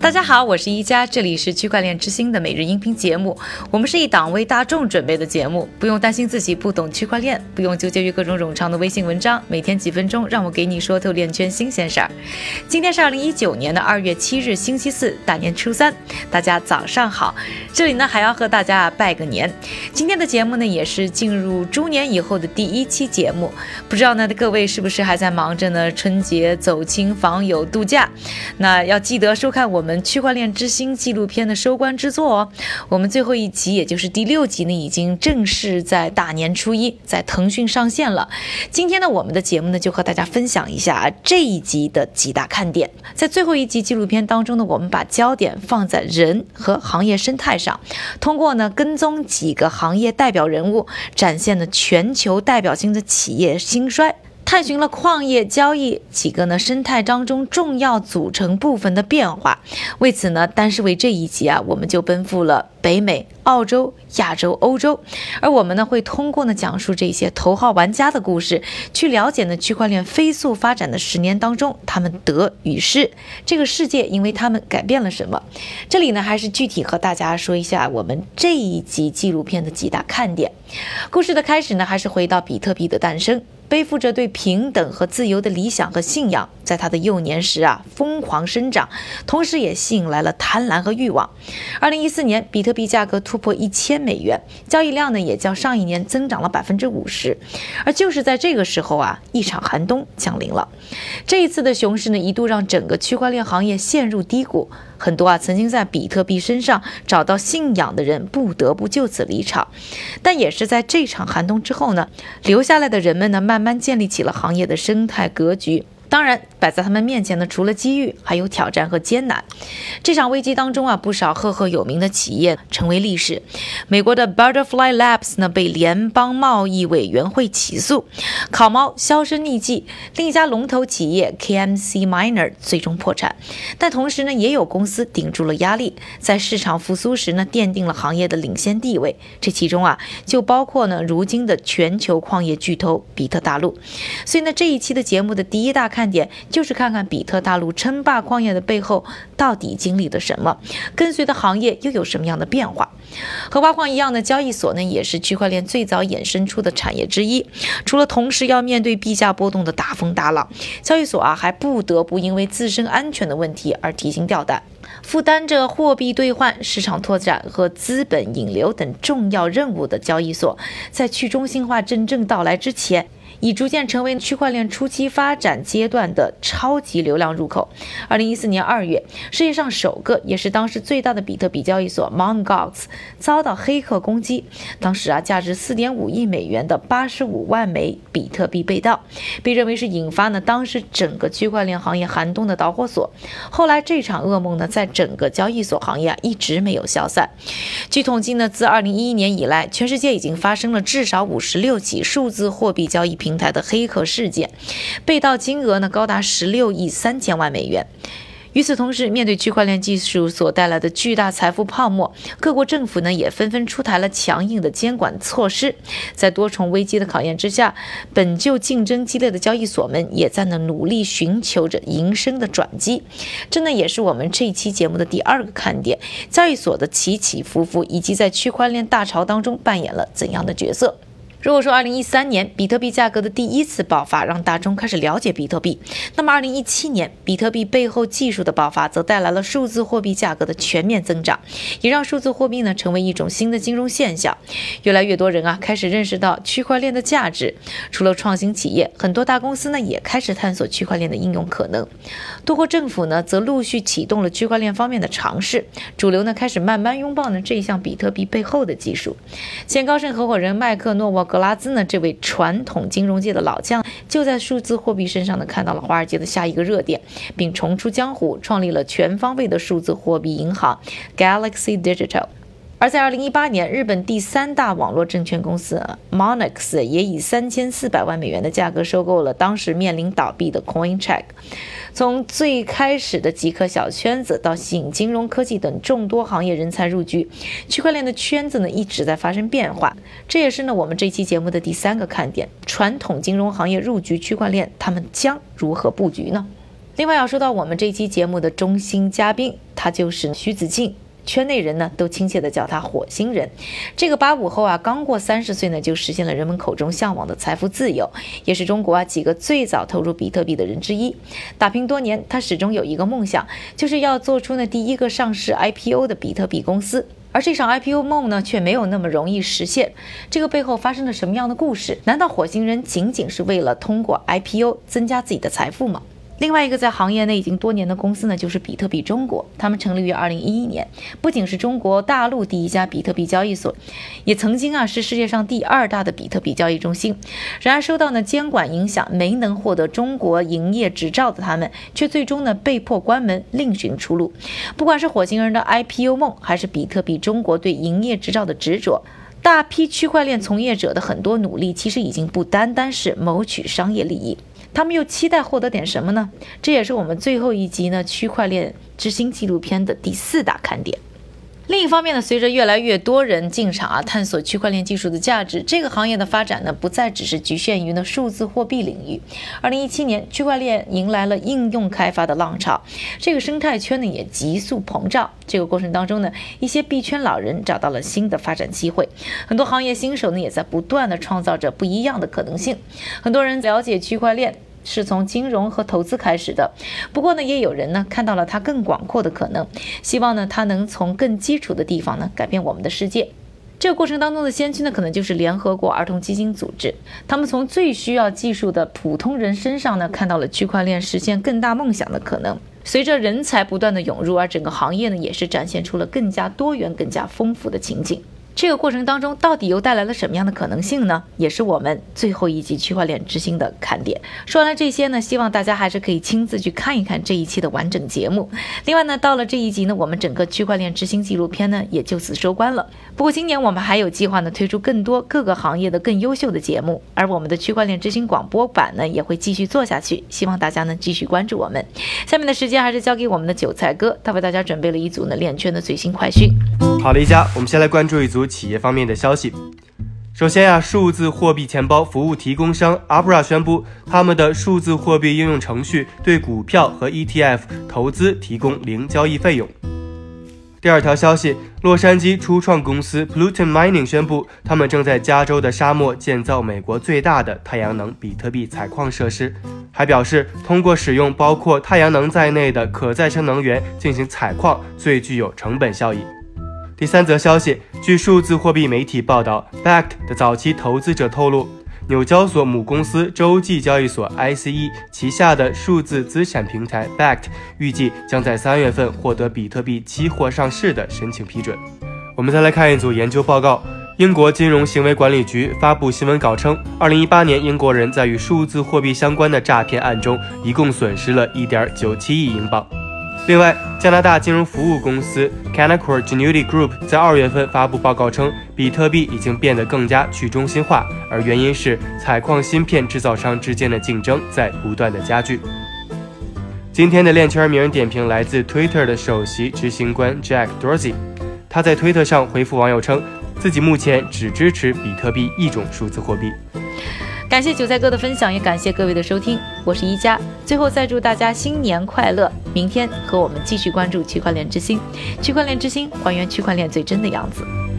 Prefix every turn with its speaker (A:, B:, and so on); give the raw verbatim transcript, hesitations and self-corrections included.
A: 大家好，我是一加，这里是区块链之星的每日音频节目。我们是一档为大众准备的节目，不用担心自己不懂区块链，不用纠结于各种冗长的微信文章，每天几分钟，让我给你说透链圈新鲜事儿。今天是二零一九年的二月七日，星期四，大年初三，大家早上好。这里呢还要和大家拜个年。今天的节目呢也是进入猪年以后的第一期节目，不知道呢各位是不是还在忙着呢春节走亲访友度假？那要记得收看我们区块链之星纪录片的收官之作哦。我们最后一集也就是第六集呢已经正式在大年初一在腾讯上线了。今天呢我们的节目呢就和大家分享一下这一集的几大看点。在最后一集纪录片当中呢，我们把焦点放在人和行业生态上，通过呢跟踪几个行业代表人物，展现了全球代表性的企业兴衰，探寻了矿业交易几个呢生态当中重要组成部分的变化。为此呢，单是为这一集啊，我们就奔赴了北美、澳洲、亚洲、欧洲。而我们呢，会通过呢讲述这些头号玩家的故事，去了解呢区块链飞速发展的十年当中，他们得与失，这个世界因为他们改变了什么。这里呢，还是具体和大家说一下我们这一集纪录片的几大看点。故事的开始呢，还是回到比特币的诞生。背负着对平等和自由的理想和信仰，在他的幼年时啊疯狂生长，同时也吸引来了贪婪和欲望。二零一四年，比特币价格突破一千美元，交易量呢也较上一年增长了百分之五十。而就是在这个时候啊，一场寒冬降临了。这一次的熊市呢，一度让整个区块链行业陷入低谷。很多啊曾经在比特币身上找到信仰的人不得不就此离场。但也是在这场寒冬之后呢，留下来的人们呢慢慢建立起了行业的生态格局。当然摆在他们面前的除了机遇还有挑战和艰难。这场危机当中啊，不少赫赫有名的企业成为历史。美国的 Butterfly Labs 呢被联邦贸易委员会起诉，烤猫销声匿迹。另一家龙头企业 K M C Miner 最终破产。但同时呢，也有公司顶住了压力，在市场复苏时呢奠定了行业的领先地位。这其中啊就包括呢如今的全球矿业巨头比特大陆。所以呢，这一期的节目的第一大看看点就是看看比特大陆称霸矿业的背后到底经历了什么，跟随的行业又有什么样的变化。和挖矿一样的交易所呢，也是区块链最早衍生出的产业之一。除了同时要面对币价波动的大风大浪，交易所啊还不得不因为自身安全的问题而提心吊胆，负担着货币兑换、市场拓展和资本引流等重要任务的交易所，在去中心化真正到来之前，已逐渐成为区块链初期发展阶段的超级流量入口。二零一四年二月，世界上首个也是当时最大的比特币交易所 Mt. Gox 遭到黑客攻击，当时啊价值 四点五亿美元的八十五万枚比特币被盗，被认为是引发呢当时整个区块链行业寒冬的导火索。后来这场噩梦呢在整个交易所行业啊一直没有消散。据统计呢，自二零一一年以来，全世界已经发生了至少五十六起数字货币交易平台的黑客事件，被盗金额呢高达十六亿三千万美元。与此同时，面对区块链技术所带来的巨大财富泡沫，各国政府呢也纷纷出台了强硬的监管措施。在多重危机的考验之下，本就竞争激烈的交易所们也在那努力寻求着营生的转机。这呢也是我们这一期节目的第二个看点，交易所的起起伏伏以及在区块链大潮当中扮演了怎样的角色。如果说二零一三年比特币价格的第一次爆发让大众开始了解比特币，那么二零一七年比特币背后技术的爆发则带来了数字货币价格的全面增长，也让数字货币呢成为一种新的金融现象。越来越多人啊开始认识到区块链的价值。除了创新企业，很多大公司呢也开始探索区块链的应用可能。多国政府呢则陆续启动了区块链方面的尝试，主流呢开始慢慢拥抱呢这一项比特币背后的技术。前高盛合伙人麦克诺沃格拉兹呢，这位传统金融界的老将，就在数字货币身上呢看到了华尔街的下一个热点，并重出江湖，创立了全方位的数字货币银行 Galaxy Digital。而在二零一八年，日本第三大网络证券公司 Monex 也以三千四百万美元的价格收购了当时面临倒闭的 Coincheck。从最开始的极客小圈子到吸引金融科技等众多行业人才入局，区块链的圈子呢一直在发生变化。这也是呢我们这期节目的第三个看点：传统金融行业入局区块链，他们将如何布局呢？ 另外要说到我们这一期节目的中心嘉宾，他就是徐子敬，圈内人呢都亲切地叫他火星人。这个八五后啊，刚过三十岁呢，就实现了人们口中向往的财富自由，也是中国啊几个最早投入比特币的人之一。打拼多年，他始终有一个梦想，就是要做出呢第一个上市 I P O 的比特币公司。而这场 I P O 梦呢，却没有那么容易实现。这个背后发生了什么样的故事？难道火星人仅仅是为了通过 I P O 增加自己的财富吗？另外一个在行业内已经多年的公司呢，就是比特币中国。他们成立于二零一一年，不仅是中国大陆第一家比特币交易所，也曾经啊是世界上第二大的比特币交易中心。然而受到呢监管影响，没能获得中国营业执照的他们，却最终呢被迫关门，另寻出路。不管是火星人的 I P O 梦，还是比特币中国对营业执照的执着，大批区块链从业者的很多努力，其实已经不单单是谋取商业利益。他们又期待获得点什么呢？这也是我们最后一集呢区块链之星纪录片的第四大看点。另一方面呢，随着越来越多人进场啊，探索区块链技术的价值，这个行业的发展呢，不再只是局限于呢数字货币领域。二零一七年，区块链迎来了应用开发的浪潮，这个生态圈呢也急速膨胀。这个过程当中呢，一些币圈老人找到了新的发展机会，很多行业新手呢也在不断的创造着不一样的可能性。很多人了解区块链是从金融和投资开始的，不过呢，也有人呢看到了它更广阔的可能，希望呢它能从更基础的地方呢改变我们的世界。这个过程当中的先驱呢，可能就是联合国儿童基金组织，他们从最需要技术的普通人身上呢，看到了区块链实现更大梦想的可能。随着人才不断的涌入，而整个行业呢，也是展现出了更加多元、更加丰富的情景。这个过程当中到底又带来了什么样的可能性呢？也是我们最后一集区块链之星的看点。说完了这些呢，希望大家还是可以亲自去看一看这一期的完整节目。另外呢，到了这一集呢，我们整个区块链之星纪录片呢也就此收官了。不过今年我们还有计划呢推出更多各个行业的更优秀的节目，而我们的区块链之星广播版呢也会继续做下去，希望大家呢继续关注我们。下面的时间还是交给我们的韭菜哥，他为大家准备了一组呢链圈的最新快讯。
B: 好了，一家，我们先来关注一组企业方面的消息。首先呀、啊，数字货币钱包服务提供商 Abra 宣布，他们的数字货币应用程序对股票和 E T F 投资提供零交易费用。第二条消息，洛杉矶初创公司 Pluton Mining 宣布，他们正在加州的沙漠建造美国最大的太阳能比特币采矿设施，还表示通过使用包括太阳能在内的可再生能源进行采矿最具有成本效益。第三则消息，据数字货币媒体报道 B A C T 的早期投资者透露，纽交所母公司洲际交易所 I C E 旗下的数字资产平台 B A C T 预计将在三月份获得比特币期货上市的申请批准。我们再来看一组研究报告，英国金融行为管理局发布新闻稿称，二零一八年英国人在与数字货币相关的诈骗案中一共损失了 一点九七亿英镑。另外，加拿大金融服务公司 Canaccord Genuity Group 在二月份发布报告称，比特币已经变得更加去中心化，而原因是采矿芯片制造商之间的竞争在不断的加剧。今天的链圈名人点评来自 Twitter 的首席执行官 Jack Dorsey， 他在推特上回复网友称，自己目前只支持比特币一种数字货币。
A: 感谢韭菜哥的分享，也感谢各位的收听，我是一加。最后再祝大家新年快乐，明天和我们继续关注区块链之星，区块链之星还原区块链最真的样子。